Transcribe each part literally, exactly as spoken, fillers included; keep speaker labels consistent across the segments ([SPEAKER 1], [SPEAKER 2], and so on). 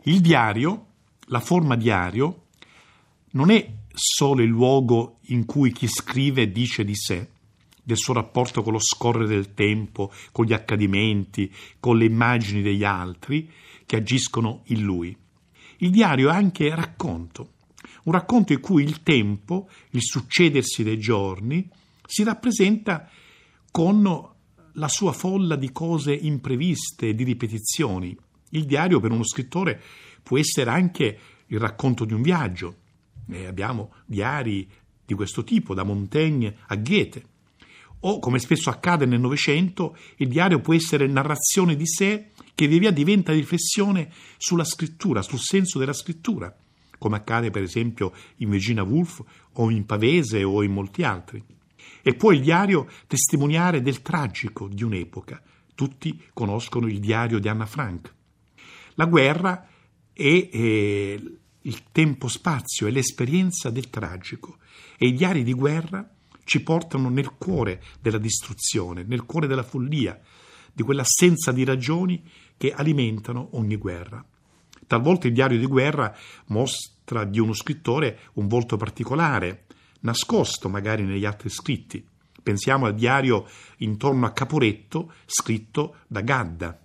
[SPEAKER 1] Il diario, la forma diario, non è solo il luogo in cui chi scrive dice di sé, del suo rapporto con lo scorrere del tempo, con gli accadimenti, con le immagini degli altri che agiscono in lui. Il diario è anche racconto, un racconto in cui il tempo, il succedersi dei giorni, si rappresenta con la sua folla di cose impreviste, di ripetizioni. Il diario per uno scrittore può essere anche il racconto di un viaggio. E abbiamo diari di questo tipo, da Montaigne a Goethe. O, come spesso accade nel Novecento, il diario può essere narrazione di sé che via via diventa riflessione sulla scrittura, sul senso della scrittura, come accade per esempio in Virginia Woolf o in Pavese o in molti altri. E può il diario testimoniare del tragico di un'epoca. Tutti conoscono il diario di Anna Frank. La guerra è eh, il tempo-spazio, è l'esperienza del tragico, e i diari di guerra ci portano nel cuore della distruzione, nel cuore della follia, di quell'assenza di ragioni che alimentano ogni guerra. Talvolta il diario di guerra mostra di uno scrittore un volto particolare, nascosto magari negli altri scritti. Pensiamo al diario Intorno a Caporetto, scritto da Gadda.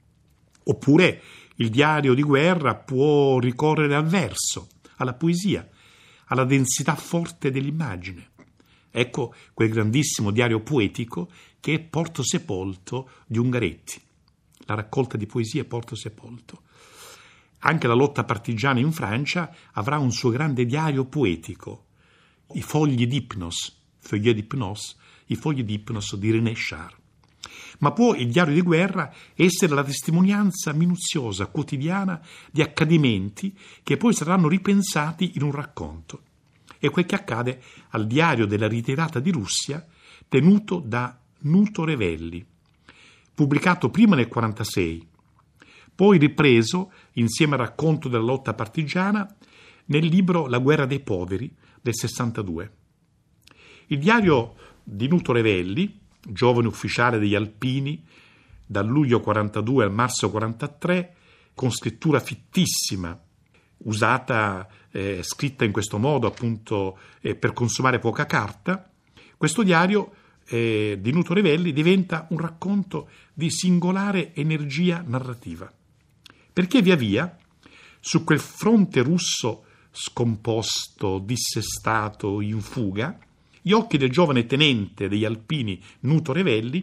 [SPEAKER 1] Oppure il diario di guerra può ricorrere al verso, alla poesia, alla densità forte dell'immagine. Ecco quel grandissimo diario poetico che è Porto Sepolto di Ungaretti, la raccolta di poesie Porto Sepolto. Anche la lotta partigiana in Francia avrà un suo grande diario poetico, i fogli d'Ipnos, Feuillet d'Hypnose, i fogli d'Ipnos di René Char. Ma può il diario di guerra essere la testimonianza minuziosa, quotidiana, di accadimenti che poi saranno ripensati in un racconto. È quel che accade al diario della ritirata di Russia, tenuto da Nuto Revelli, pubblicato prima nel quarantasei, poi ripreso, insieme al racconto della lotta partigiana, nel libro La guerra dei poveri del sessantadue. Il diario di Nuto Revelli, giovane ufficiale degli Alpini, dal luglio quarantadue al marzo quarantatré, con scrittura fittissima, usata, eh, scritta in questo modo appunto eh, per consumare poca carta, questo diario eh, di Nuto Revelli diventa un racconto di singolare energia narrativa, perché via via su quel fronte russo scomposto, dissestato, in fuga, gli occhi del giovane tenente degli Alpini Nuto Revelli,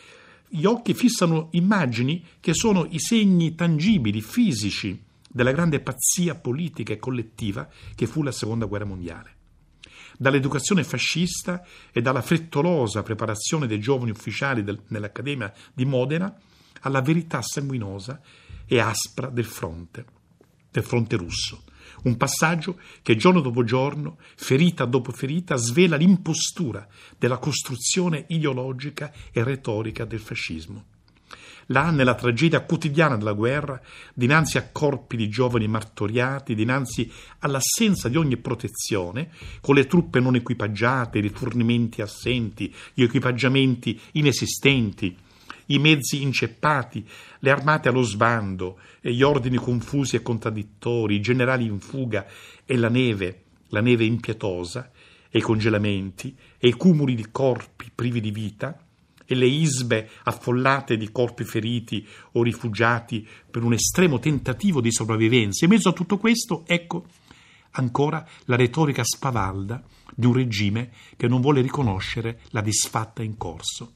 [SPEAKER 1] gli occhi fissano immagini che sono i segni tangibili, fisici, della grande pazzia politica e collettiva che fu la Seconda Guerra Mondiale. Dall'educazione fascista e dalla frettolosa preparazione dei giovani ufficiali del, nell'Accademia di Modena alla verità sanguinosa e aspra del fronte, del fronte russo. Un passaggio che giorno dopo giorno, ferita dopo ferita, svela l'impostura della costruzione ideologica e retorica del fascismo. Là, nella tragedia quotidiana della guerra, dinanzi a corpi di giovani martoriati, dinanzi all'assenza di ogni protezione, con le truppe non equipaggiate, i rifornimenti assenti, gli equipaggiamenti inesistenti, i mezzi inceppati, le armate allo sbando, e gli ordini confusi e contraddittori, i generali in fuga e la neve, la neve impietosa, e i congelamenti, e i cumuli di corpi privi di vita, e le isbe affollate di corpi feriti o rifugiati per un estremo tentativo di sopravvivenza. In mezzo a tutto questo, ecco ancora la retorica spavalda di un regime che non vuole riconoscere la disfatta in corso.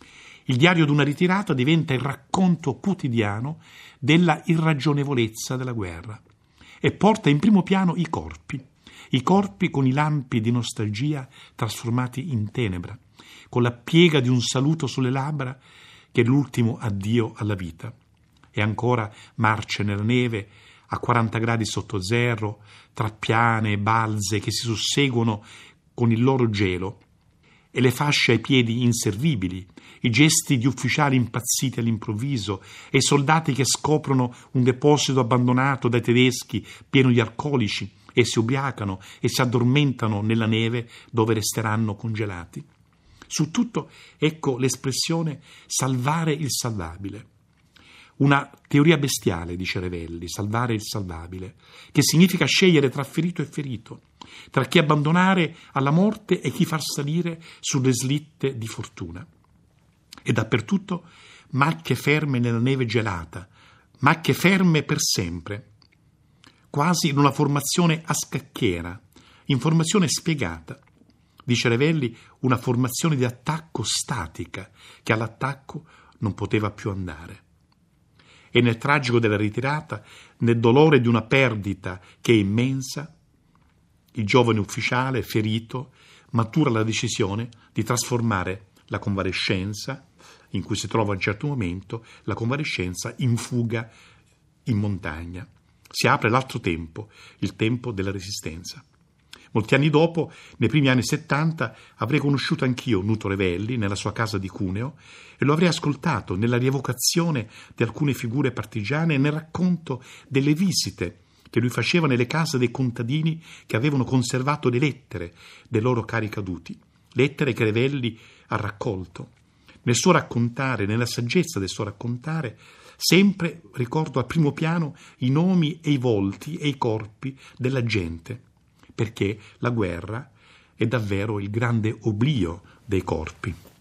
[SPEAKER 1] Il diario di una ritirata diventa il racconto quotidiano della irragionevolezza della guerra e porta in primo piano i corpi, i corpi con i lampi di nostalgia trasformati in tenebra, con la piega di un saluto sulle labbra che è l'ultimo addio alla vita. E ancora marce nella neve a quaranta gradi sotto zero, tra piane e balze che si susseguono con il loro gelo, e le fasce ai piedi inservibili, i gesti di ufficiali impazziti all'improvviso e i soldati che scoprono un deposito abbandonato dai tedeschi pieno di alcolici e si ubriacano e si addormentano nella neve dove resteranno congelati. Su tutto ecco l'espressione salvare il salvabile. Una teoria bestiale, dice Revelli, salvare il salvabile, che significa scegliere tra ferito e ferito, tra chi abbandonare alla morte e chi far salire sulle slitte di fortuna. E dappertutto macchie ferme nella neve gelata, macchie ferme per sempre, quasi in una formazione a scacchiera, in formazione spiegata. Dice Revelli, una formazione di attacco statica, che all'attacco non poteva più andare. E nel tragico della ritirata, nel dolore di una perdita che è immensa, il giovane ufficiale, ferito, matura la decisione di trasformare la convalescenza, in cui si trova a un certo momento, la convalescenza in fuga in montagna. Si apre l'altro tempo, il tempo della resistenza. Molti anni dopo, nei primi anni settanta, avrei conosciuto anch'io Nuto Revelli nella sua casa di Cuneo e lo avrei ascoltato nella rievocazione di alcune figure partigiane e nel racconto delle visite che lui faceva nelle case dei contadini che avevano conservato le lettere dei loro cari caduti, lettere che Revelli ha raccolto. Nel suo raccontare, nella saggezza del suo raccontare, sempre ricordo al primo piano i nomi e i volti e i corpi della gente, perché la guerra è davvero il grande oblio dei corpi.